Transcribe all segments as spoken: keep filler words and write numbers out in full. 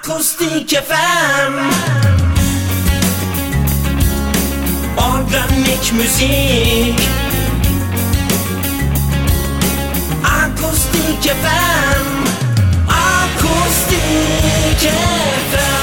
Akustik F M, organik müzik. Akustik F M, Akustik F M.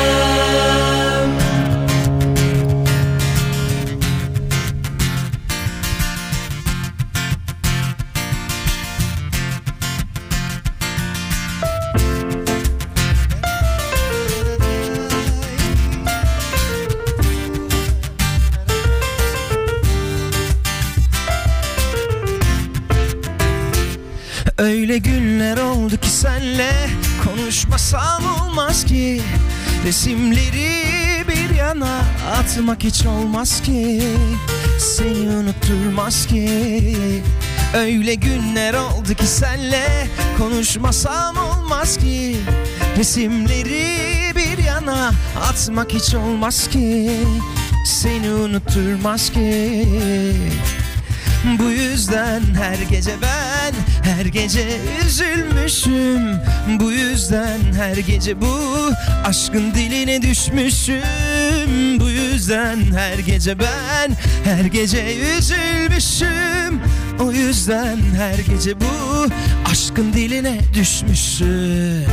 Öyle günler oldu ki senle konuşmasam olmaz ki. Resimleri bir yana atmak hiç olmaz ki. Seni unutturmaz ki. Öyle günler oldu ki senle konuşmasam olmaz ki. Resimleri bir yana atmak hiç olmaz ki. Seni unutturmaz ki. Bu yüzden her gece ben her gece üzülmüşüm. Bu yüzden her gece bu aşkın diline düşmüşüm. Bu yüzden her gece ben her gece üzülmüşüm. O yüzden her gece bu aşkın diline düşmüşüm.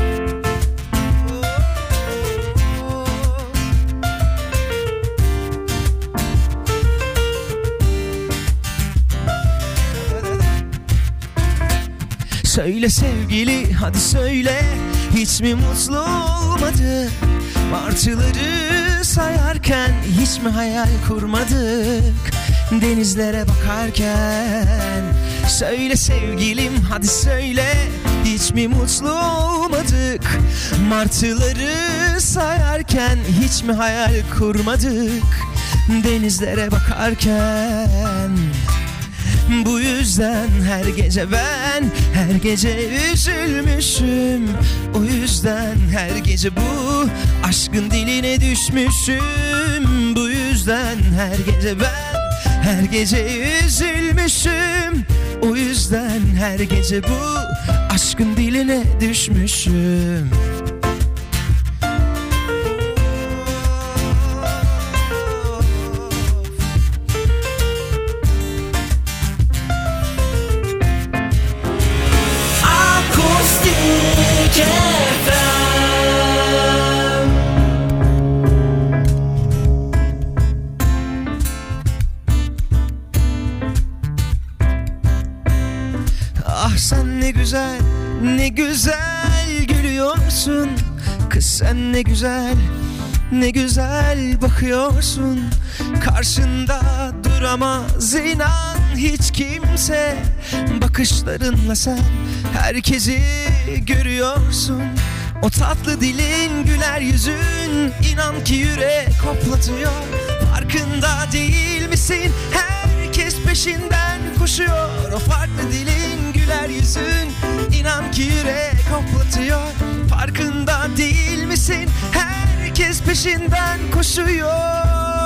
Söyle sevgili, hadi söyle, hiç mi mutlu olmadı? Martıları sayarken hiç mi hayal kurmadık? Denizlere bakarken. Söyle sevgilim, hadi söyle, hiç mi mutlu olmadık? Martıları sayarken hiç mi hayal kurmadık? Denizlere bakarken. Bu yüzden her gece ben her gece üzülmüşüm. O yüzden her gece bu aşkın diline düşmüşüm. Bu yüzden her gece ben her gece üzülmüşüm. O yüzden her gece bu aşkın diline düşmüşüm. Ah sen ne güzel, ne güzel gülüyorsun. Kız sen ne güzel, ne güzel bakıyorsun. Karşında duramaz inan hiç kimse. Bakışlarınla sen herkesi görüyorsun. O tatlı dilin, güler yüzün, inan ki yürek hoplatıyor. Farkında değil misin? Herkes peşinden koşuyor. O farklı dilin, güler yüzün, inan ki yürek hoplatıyor. Farkında değil misin? Herkes peşinden koşuyor.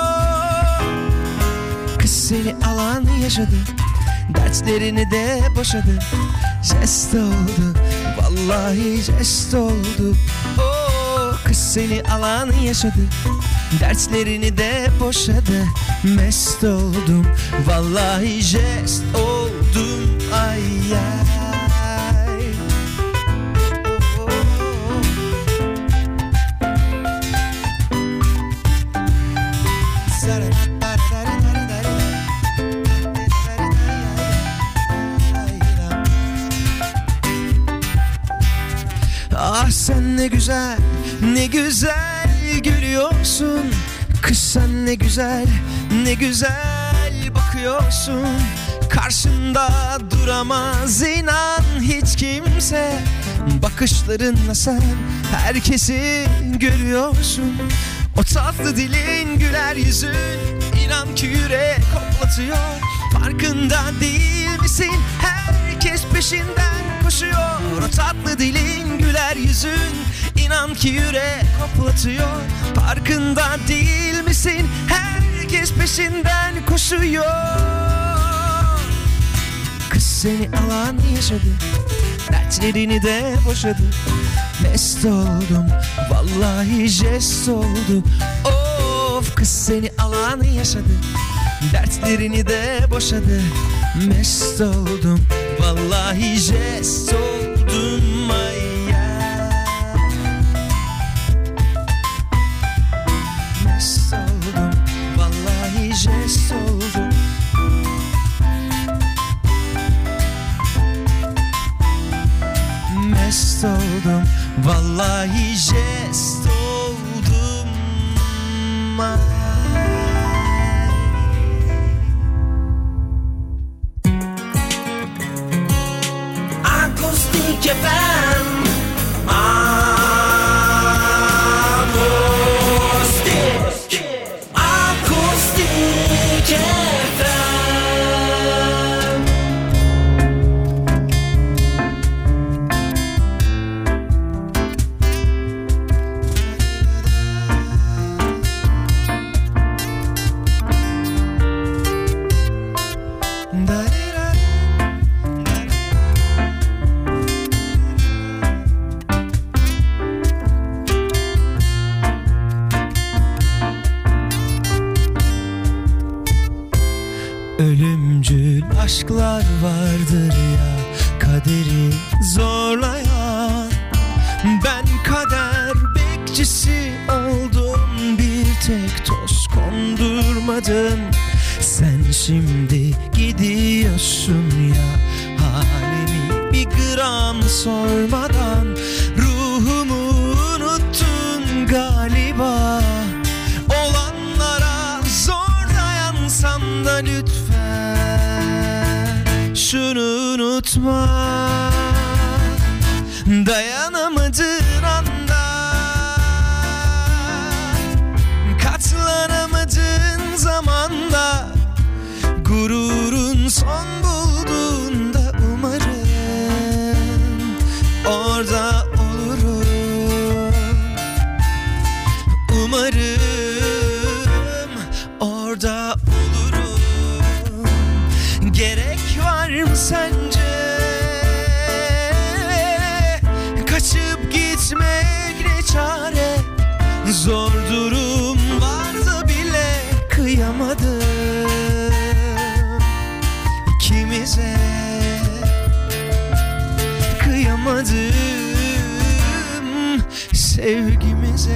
Kız seni alan yaşadı, dertlerini de boşadı. Jest oldu, vallahi jest oldu. Oh, kız seni alan yaşadı, dertlerini de boşadı. Mest oldum, vallahi jest oldum. Ay ay. Oh, oh, oh. Ah sen ne güzel, ne güzel gülüyorsun. Kız sen ne güzel, ne güzel bakıyorsun. Karşında duramaz inan hiç kimse. Bakışlarınla sen herkesi görüyorsun. O tatlı dilin, güler yüzün, inan ki yürek hoplatıyor. Farkında değil misin? Herkes peşinden koşuyor. O tatlı dilin, güler yüzün, inan ki yürek hoplatıyor. Farkında değil misin? Herkes peşinden koşuyor. Kız seni alan yaşadı, dertlerini de boşadı. Mest oldum, vallahi vallahi jest oldu. Of, kız seni alan yaşadı, dertlerini de boşadı. Mest oldum, vallahi jest oldum ay ya. Mest oldum, vallahi jest oldum. Mest oldum, vallahi jest oldum ay. Akustik F M. Akustik. Akustik F M. Ölümcül aşklar vardır ya, kaderi zorlayan. Ben kader bekçisi oldum, bir tek toz kondurmadım. Sen şimdi gidiyorsun ya, halimi bir gram sormadan. Ruhumu unuttun galiba, olanlara zor dayansam da lütfen şunu unutma. Dayanamadığın anda, katlanamadığın zamanda, gururun son bulduğunda umarım orada olurum. Umarım orada olurum. Gerek var mı sence kaçıp gitmek ne çare? Zor durum varsa bile kıyamadım ikimize, kıyamadım sevgimize.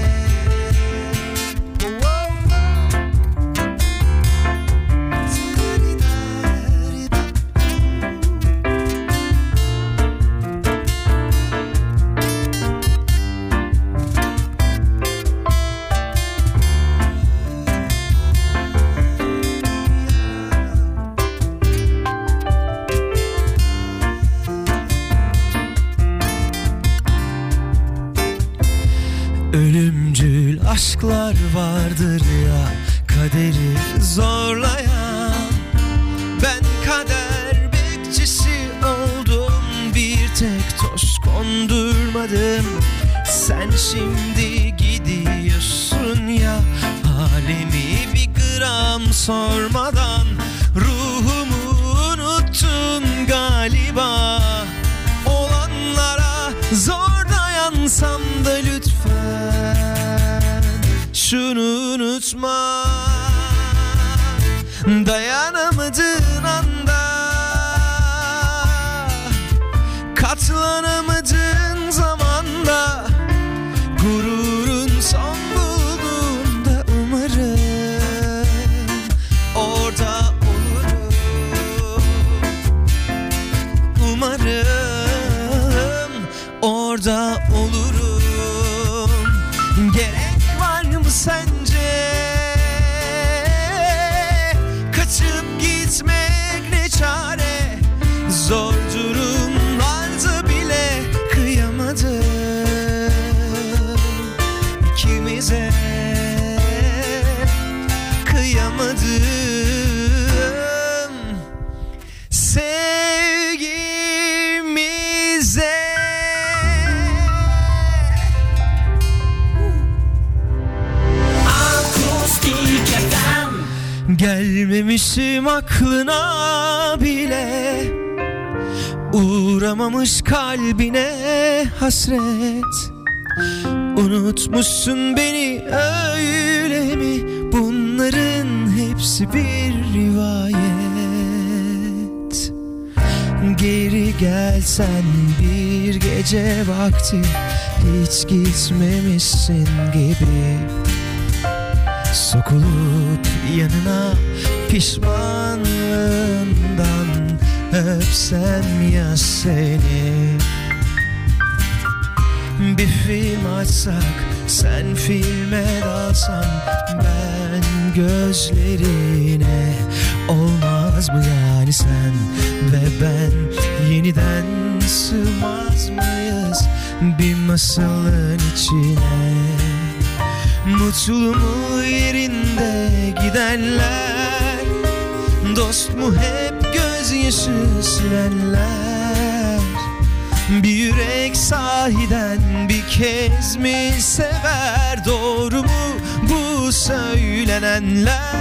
Ölümcül aşklar vardır ya, kaderi zorlayan. Ben kader bekçisi oldum, bir tek toz kondurmadım. Sen şimdi gidiyorsun ya, halimi bir gram sormadan. Ruhumu unuttun galiba, olanlara zor dayansam da lütfen şunu unutma. Dayanamadığın anda, katlanamadığın zamanda, gururun son bulduğunda umarım orada olurum. Umarım orada olurum. Gerek var mı sence kaçıp gitmek ne çare? Zor durumlarda bile kıyamadım ikimize, kıyamadım sevgimize. Gelmemişim aklına bile, uğramamış kalbine hasret. Unutmuşsun beni öyle mi? Bunların hepsi bir rivayet. Geri gelsen bir gece vakti, hiç gitmemişsin gibi. Sokulup yanına pişmanlığından öpsem ya seni. Bir film açsak, sen filme dalsan, ben gözlerine. Olmaz mı yani sen ve ben yeniden sığmaz mıyız bir masalın içine? Mutlu mu yerinde gidenler, dost mu hep gözyaşı silenler? Bir yürek sahiden bir kez mi sever? Doğru mu bu söylenenler?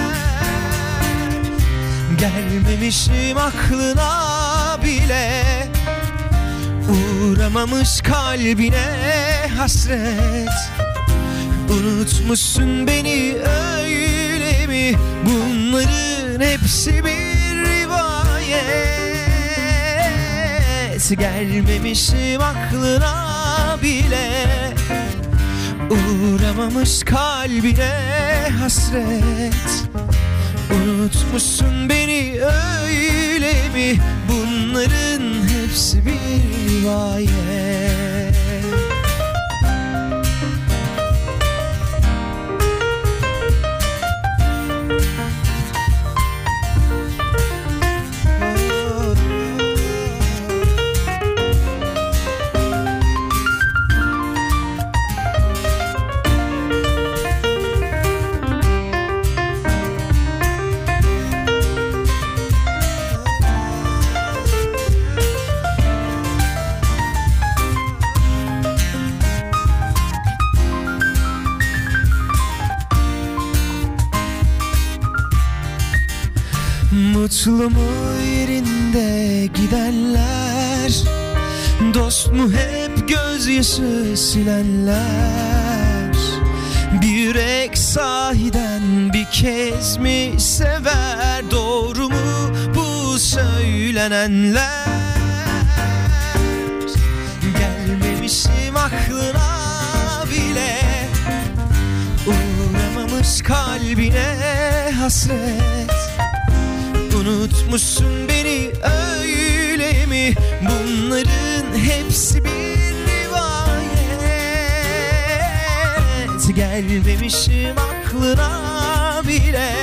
Gelmemişim aklına bile, uğramamış kalbine hasret. Unutmuşsun beni öyle mi? Bunların hepsi bir rivayet. Gelmemişim aklına bile, uğramamış kalbine hasret. Unutmuşsun beni öyle mi? Bunların hepsi bir rivayet. Mutlu mu yerinde gidenler, dost mu hep gözyaşı silenler? Bir yürek sahiden bir kez mi sever? Doğru mu bu söylenenler? Gelmemişim aklına bile, uğramamış kalbine hasret. Unutmuşsun beni öyle mi? Bunların hepsi bir rivayet. Gelmemişim aklına bile,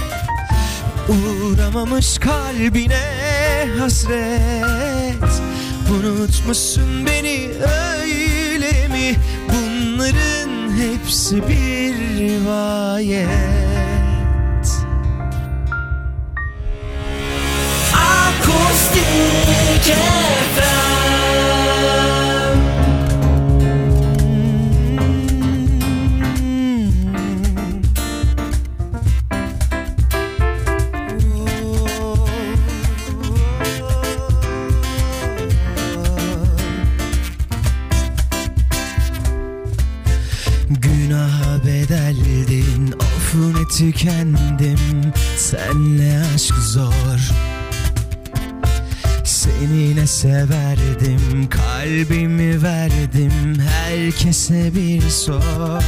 uğramamış kalbine hasret. Unutmuşsun beni öyle mi? Bunların hepsi bir rivayet. Akustik F M. Günaha bedeldin, of ne tükendim. Senle aşk zor, seni ne severdim, kalbimi verdim, herkese bir sor.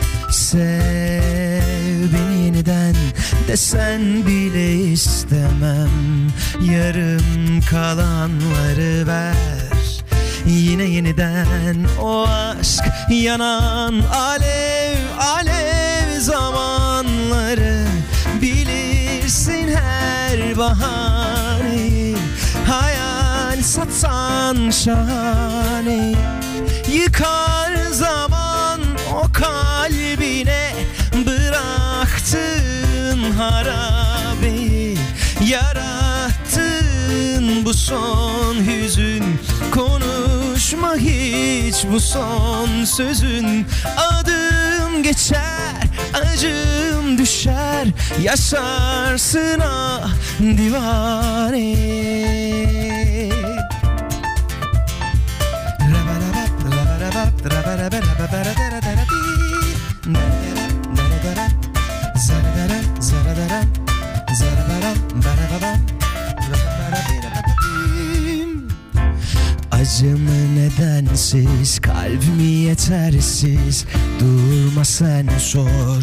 Sev beni yeniden desen bile istemem. Yarım kalanları ver, yine yeniden o aşk yanan alev alev zamanları. Bilirsin her bahaneyi, hayal satsan şahane. Yıkar zaman o kalbine bıraktığın harabeyi. Yarattığın bu son hüzün, konuşma hiç bu son sözün. Adım geçer, acım düşer, yaşarsın ah divane. Rabba rabba rabba rabba Acımı nedensiz, kalbimi yetersiz, durma sen sor.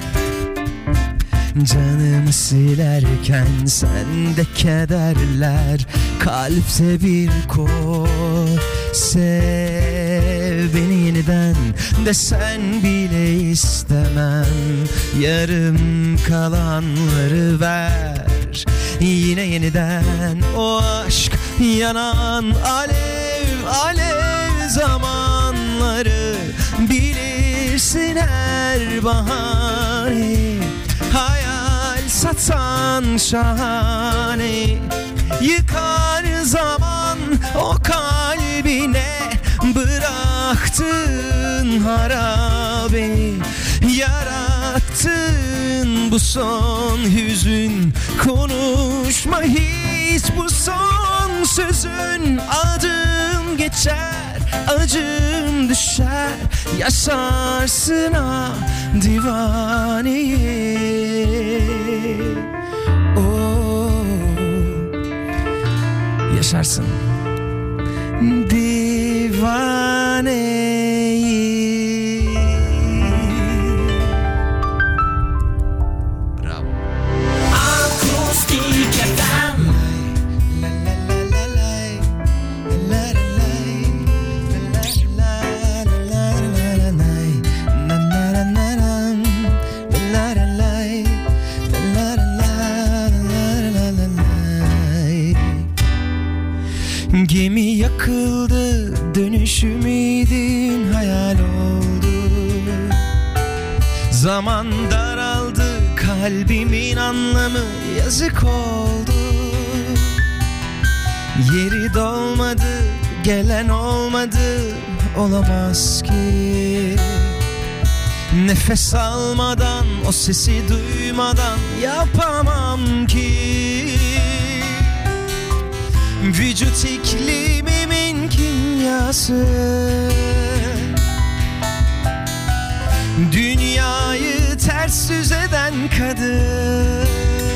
Canımı silerken sende kederler, kalpte bir kor. Sev beni yeniden desen bile istemem. Yarım kalanları ver, yine yeniden o aşk yanan alev alev zamanları. Bilirsin her bahane, hayal satan şahane. Yıkar zaman o kalbine bıraktın harabe. Yarattın bu son hüzün, konuşma hiç bu son sözün. Adım geçer, acım düşer, yaşarsın ah divaneye. Oh, yaşarsın divaneyi. Bravo. Akustik F M. Gemi yakıldı, dönüş ümidin hayal oldu. Zaman daraldı, kalbimin anlamı yazık oldu. Yeri dolmadı, gelen olmadı, olamaz ki. Nefes almadan, o sesi duymadan yapamam ki. Vücut iklimimin kimyası, dünyayı ters yüz eden kadın.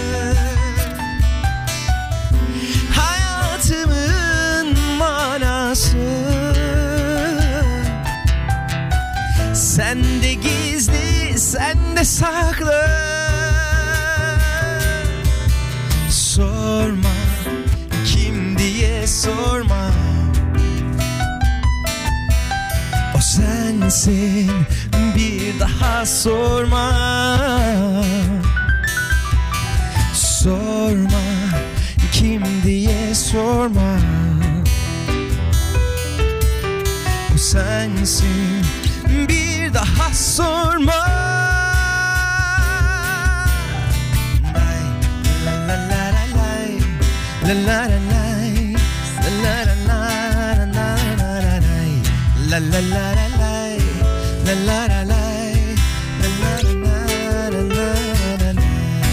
Hayatımın manası, sende gizli, sende saklı. Sorma kim diye, sorma. O sensin, bir daha sorma. Sorma kim diye, sorma. O sensin, bir daha sorma. La la la la la la la la la la la la la la la la la la.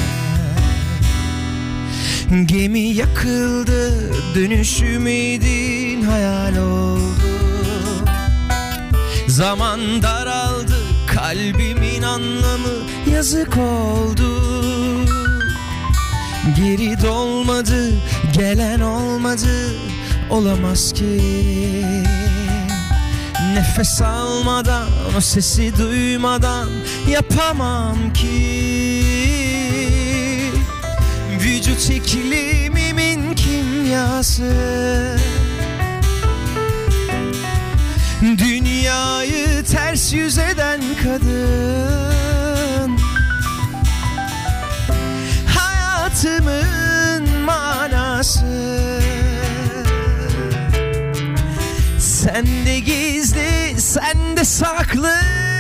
Gemi yakıldı, dönüş ümidin hayal oldu. Zaman daraldı, kalbimin anlamı yazık oldu. Geri dolmadı, gelen olmadı, olamaz ki. Nefes almadan, o sesi duymadan yapamam ki. Vücut iklimimin kimyası, dünyayı ters yüz eden kadın. Hayatımın manası, sende gizli, sende saklı.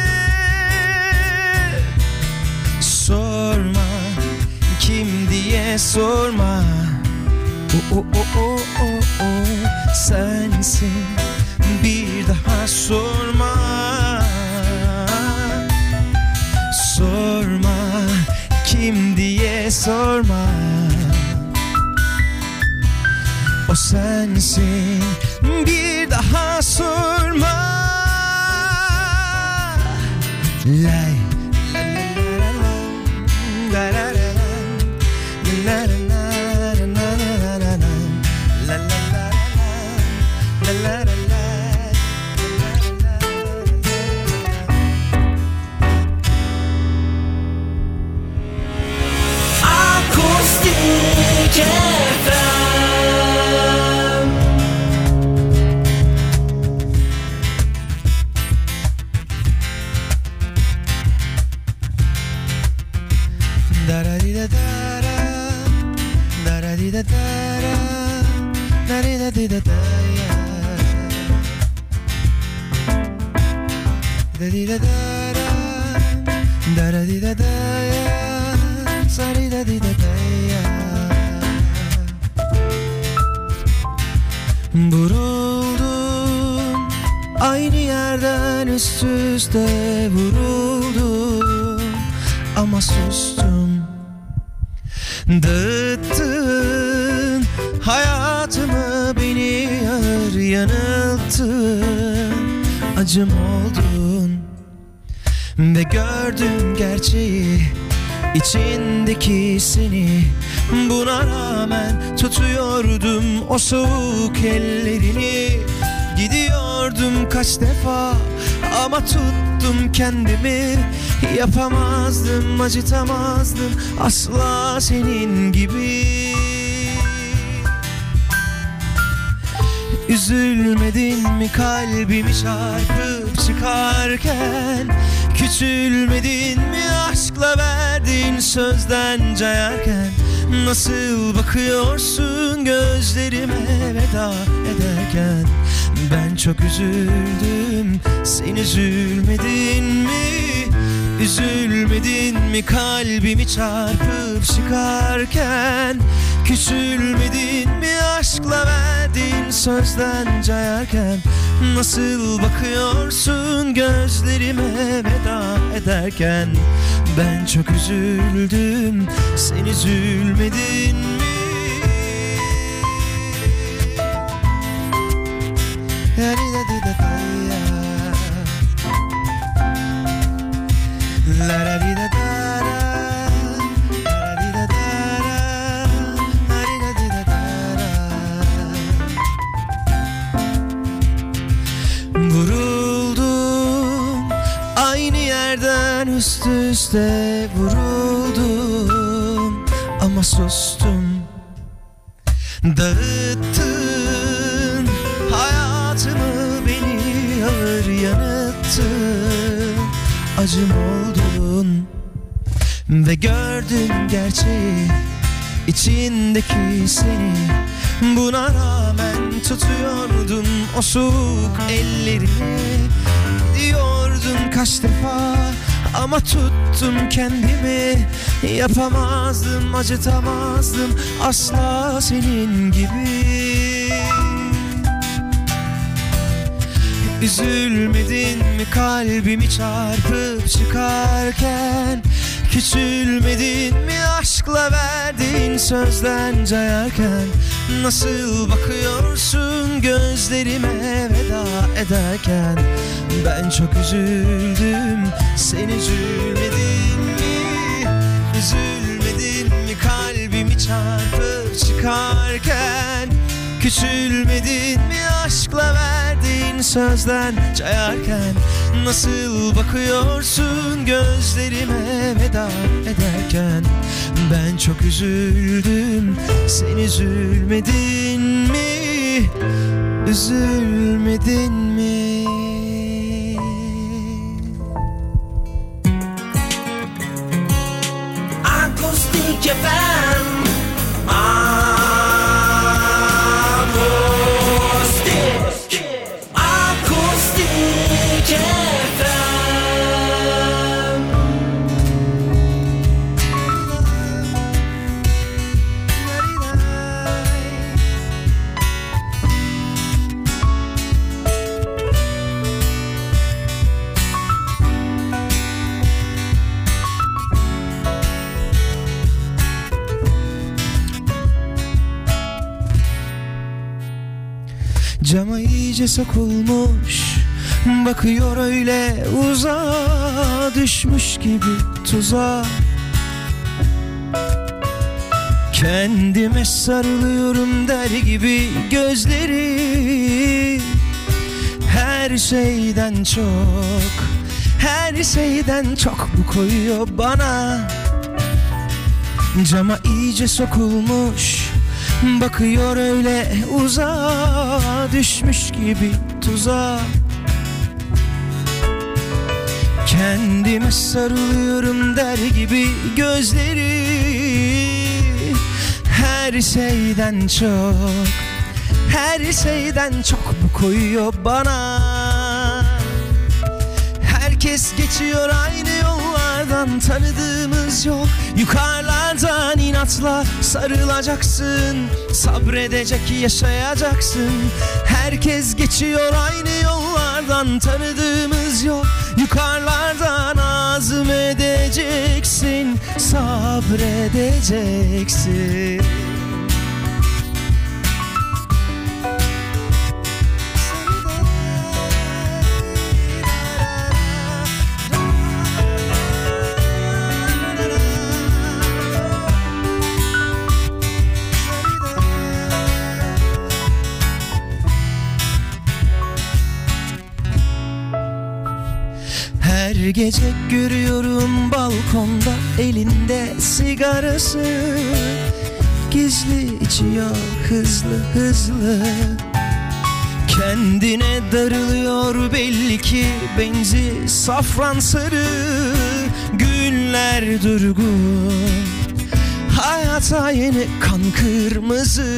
Sorma kim diye, sorma. Oh, oh, oh, oh, oh, oh. Sensin, bir daha sorma. Sorma kim diye, sorma. O sensin, bir daha sorma. Lay la la la la la la la la la la la la la. Akustik F M. Da-da-di-da-da-da, da-da-di-da-da-da, da-di-da-di-da-da-ya. Da-di-da-da-da, da-da-di-da-da-ya, sa-di-da-di-da-da-ya. Vuruldum, aynı yerden üst üste vuruldum, ama sustum. Dağıttın hayatımı, beni ağır yanılttın, acım oldun. Ve gördüm gerçeği, içindeki seni. Buna rağmen tutuyordum o soğuk ellerini. Gidiyordum kaç defa ama tuttum kendimi. Yapamazdım, acıtamazdım asla senin gibi. Üzülmedin mi kalbimi çarpıp çıkarken? Küçülmedin mi aşkla verdiğin sözden cayarken? Nasıl bakıyorsun gözlerime veda ederken? Ben çok üzüldüm, sen üzülmedin mi? Üzülmedin mi kalbimi çarpıp çıkarken? Küçülmedin mi aşkla verdiğin sözden cayarken? Nasıl bakıyorsun gözlerime veda ederken? Ben çok üzüldüm, sen üzülmedin mi? Vuruldum, aynı yerden üst üste vuruldum, ama sustum. Dağıttın hayatımı, beni ağır yanılttın, acım oldun. Ve gördüm gerçeği, içindeki seni. Buna rağmen tutuyordun o soğuk ellerini. Diyordun kaç defa ama tuttum kendimi. Yapamazdım, acıtamazdım asla senin gibi. Üzülmedin mi kalbimi çarpıp çıkarken? Küçülmedin mi aşkla verdiğin sözden cayarken? Nasıl bakıyorsun gözlerime veda ederken? Ben çok üzüldüm, sen üzülmedin mi? Üzülmedin mi kalbimi çarpıp çıkarken? Küçülmedin mi aşkla verdiğin sözden cayarken? Nasıl bakıyorsun gözlerime veda ederken? Ben çok üzüldüm, sen üzülmedin mi? Üzülmedin mi? Akustik F M. Cama iyice sokulmuş, bakıyor öyle uzaktan. düşmüş gibi tuzağa. Kendime sarılıyorum der gibi gözleri. Her şeyden çok, her şeyden çok bu koyuyor bana. Cama iyice sokulmuş, bakıyor öyle uzağa, düşmüş gibi tuzağa. Kendime sarılıyorum der gibi gözleri. Her şeyden çok, her şeyden çok bu koyuyor bana. Herkes geçiyor aynı yollardan, tanıdığımız yok. Yukarılardan inatla sarılacaksın, sabredecek yaşayacaksın. Herkes geçiyor aynı yollardan, tanıdığımız yok. Yukarılardan azmedeceksin, sabredeceksin. Her gece görüyorum balkonda elinde sigarası, gizli içiyor hızlı hızlı. Kendine darılıyor belli ki, benzi safran sarı. Günler durgun, hayata yeni kan kırmızı.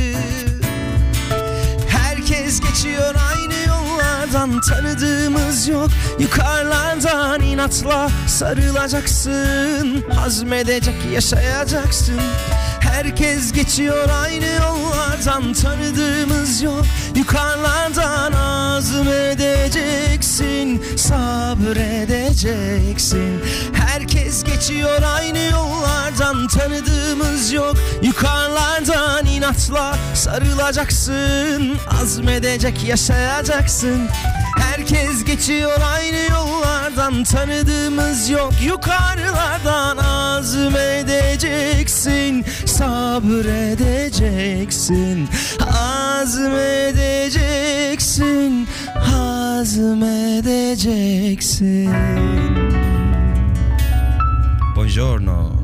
Herkes geçiyor aynı yollardan, tanıdığımız yok. Yukarılardan inatla sarılacaksın, hazmedecek yaşayacaksın. Herkes geçiyor aynı yollardan, tanıdığımız yok. Yukarılardan azmedeceksin, sabredeceksin. Herkes geçiyor aynı yollardan, tanıdığımız yok. Yukarılardan inatla sarılacaksın, azmedecek yaşayacaksın. Herkes geçiyor aynı yollardan, tanıdığımız yok. Yukarılardan azmedeceksin, sabredeceksin. Azmedeceksin, hazmedeceksin. Buongiorno.